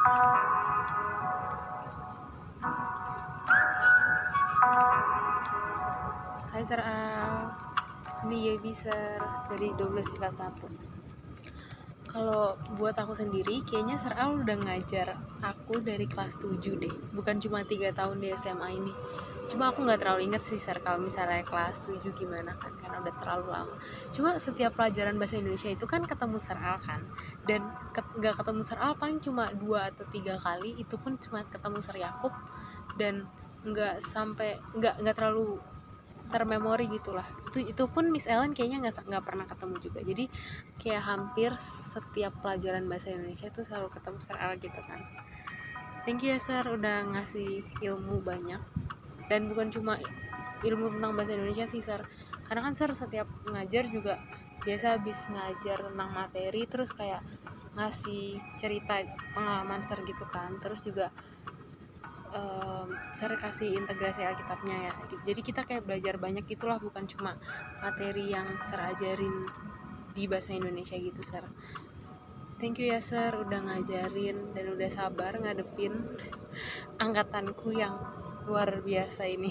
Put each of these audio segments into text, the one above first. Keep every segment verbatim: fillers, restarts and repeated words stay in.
Hai Sir Al, ini Yebi Sir dari dua belas I P A satu. Kalau buat aku sendiri, kayaknya Sir Al udah ngajar aku dari kelas tujuh deh. Bukan cuma tiga tahun di S M A ini. Cuma aku nggak terlalu inget sih Sir, kalau misalnya kelas tujuh gimana kan, karena udah terlalu lama. Cuma setiap pelajaran bahasa Indonesia itu kan ketemu Sir Al kan. Dan nggak ketemu Sir Al paling cuma dua atau tiga kali, itu pun cuma ketemu Sir Yakub. Dan nggak sampai, nggak nggak terlalu termemori gitulah. Itu itu pun Miss Ellen kayaknya nggak nggak pernah ketemu juga. Jadi kayak hampir setiap pelajaran bahasa Indonesia itu selalu ketemu Sir Al gitu kan. Thank you ya Sir udah ngasih ilmu banyak, dan bukan cuma ilmu tentang bahasa Indonesia sih Sir, karena kan Sir setiap ngajar juga biasa habis ngajar tentang materi terus kayak ngasih cerita pengalaman Sir gitu kan. Terus juga um, Sir kasih integrasi Alkitabnya ya gitu. Jadi kita kayak belajar banyak itulah, bukan cuma materi yang Sir ajarin di bahasa Indonesia gitu Sir. Thank you ya Sir udah ngajarin dan udah sabar ngadepin angkatanku yang luar biasa ini.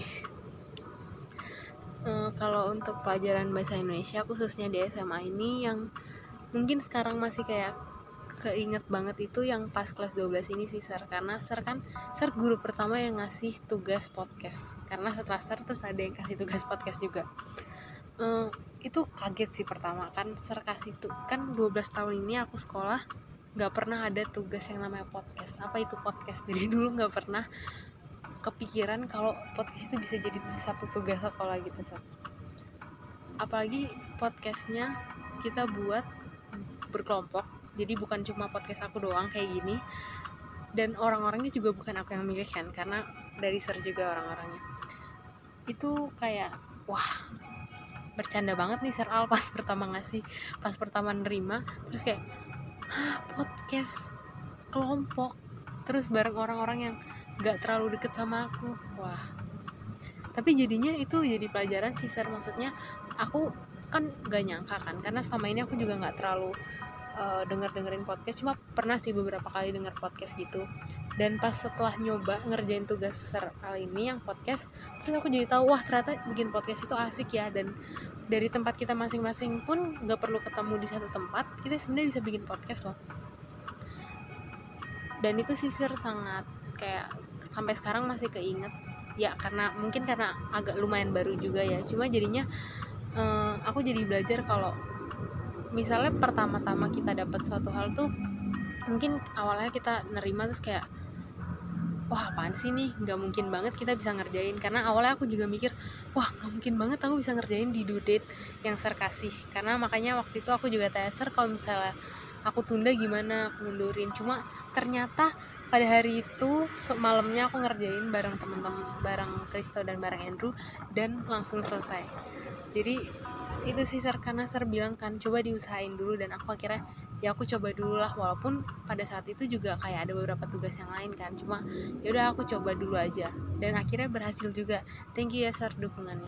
uh, Kalau untuk pelajaran bahasa Indonesia khususnya di S M A ini yang mungkin sekarang masih kayak keinget banget itu yang pas kelas dua belas ini sih Sir, karena Sir kan Sir guru pertama yang ngasih tugas podcast, karena setelah Sir terus ada yang kasih tugas podcast juga. uh, itu kaget sih pertama kan Sir kasih tuh, kan dua belas tahun ini aku sekolah nggak pernah ada tugas yang namanya podcast. Apa itu podcast? Jadi dulu nggak pernah kepikiran kalau podcast itu bisa jadi satu tugas sekolah gitu Sir. Apalagi podcastnya kita buat berkelompok, jadi bukan cuma podcast aku doang kayak gini, dan orang-orangnya juga bukan aku yang milih kan, karena dari Sir juga orang-orangnya. Itu kayak wah, bercanda banget nih Sir Al pas pertama ngasih, pas pertama nerima, terus kayak hah, podcast kelompok terus bareng orang-orang yang gak terlalu deket sama aku. Wah, tapi jadinya itu jadi pelajaran sih Sir, maksudnya aku kan gak nyangka kan, karena selama ini aku juga gak terlalu uh, denger-dengerin podcast, cuma pernah sih beberapa kali denger podcast gitu. Dan pas setelah nyoba ngerjain tugas Sir Al ini yang podcast, terus aku jadi tahu wah ternyata bikin podcast itu asik ya. Dan dari tempat kita masing-masing pun gak perlu ketemu di satu tempat, kita sebenarnya bisa bikin podcast loh. Dan itu sih Sir sangat kayak sampai sekarang masih keinget ya, karena mungkin karena agak lumayan baru juga ya. Cuma jadinya uh, aku jadi belajar kalau misalnya pertama-tama kita dapat suatu hal tuh mungkin awalnya kita nerima terus kayak wah apaan sih nih, nggak mungkin banget kita bisa ngerjain. Karena awalnya aku juga mikir wah nggak mungkin banget aku bisa ngerjain di due date yang Sir kasih. Karena makanya waktu itu aku juga tanya Sir kalau misalnya aku tunda gimana, aku mundurin. Cuma ternyata pada hari itu malamnya aku ngerjain bareng temen-temen, bareng Kristo dan bareng Andrew, dan langsung selesai. Jadi itu sih Sir, karena Sir bilang kan coba diusahain dulu, dan aku akhirnya ya aku coba dulu lah, walaupun pada saat itu juga kayak ada beberapa tugas yang lain kan, cuma yaudah aku coba dulu aja dan akhirnya berhasil juga. Thank you ya Sir dukungannya.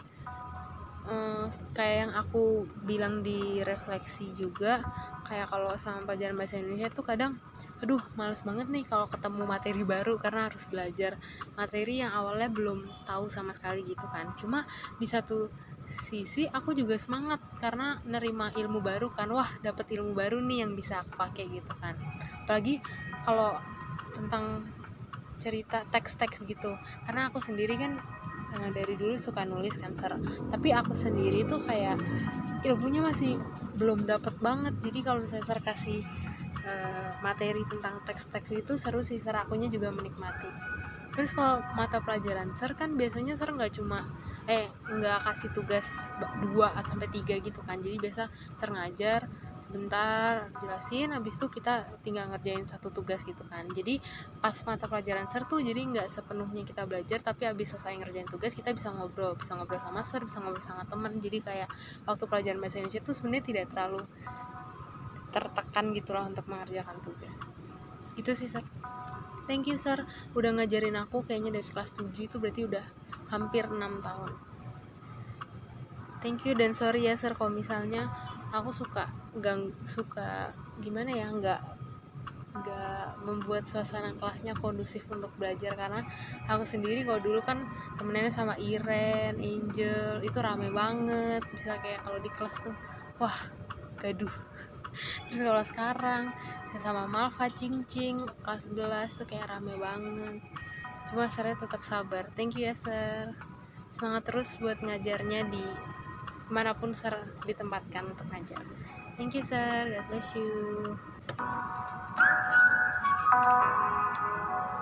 Uh, kayak yang aku bilang di refleksi juga, kayak kalau sama pelajaran bahasa Indonesia tuh kadang aduh males banget nih kalau ketemu materi baru, karena harus belajar materi yang awalnya belum tahu sama sekali gitu kan. Cuma di satu sisi aku juga semangat karena nerima ilmu baru kan, wah dapet ilmu baru nih yang bisa aku pakai gitu kan. Apalagi kalau tentang cerita teks-teks gitu, karena aku sendiri kan Nah, dari dulu suka nulis kan Sir, tapi aku sendiri tuh kayak ilmunya masih belum dapet banget. Jadi kalau misalnya Sir kasih uh, materi tentang teks-teks itu seru sih Sir, akunya juga menikmati. Terus kalau mata pelajaran Sir kan biasanya Sir nggak cuma eh nggak kasih tugas dua atau sampai tiga gitu kan. Jadi biasa Sir ngajar sebentar, jelasin, habis itu kita tinggal ngerjain satu tugas gitu kan. Jadi pas mata pelajaran Sir tuh jadi nggak sepenuhnya kita belajar, tapi habis selesai ngerjain tugas kita bisa ngobrol, bisa ngobrol sama Sir, bisa ngobrol sama teman. Jadi kayak waktu pelajaran bahasa Indonesia tuh sebenarnya tidak terlalu tertekan gitu lah untuk mengerjakan tugas. Itu sih Sir. Thank you Sir udah ngajarin aku kayaknya dari kelas tujuh, itu berarti udah hampir enam tahun. Thank you, dan sorry ya Sir kalau misalnya aku suka gang suka gimana ya, nggak nggak membuat suasana kelasnya kondusif untuk belajar. Karena aku sendiri kalau dulu kan temennya sama Iren, Angel, itu rame banget, bisa kayak kalau di kelas tuh wah gaduh. Terus kalau sekarang saya sama Malva, Cincing, kelas sebelas tuh kayak rame banget. Cuma Sernya tetap sabar. Thank you ya Ser, semangat terus buat ngajarnya di manapun Ser ditempatkan untuk ngajar. Thank you Ser, God bless you.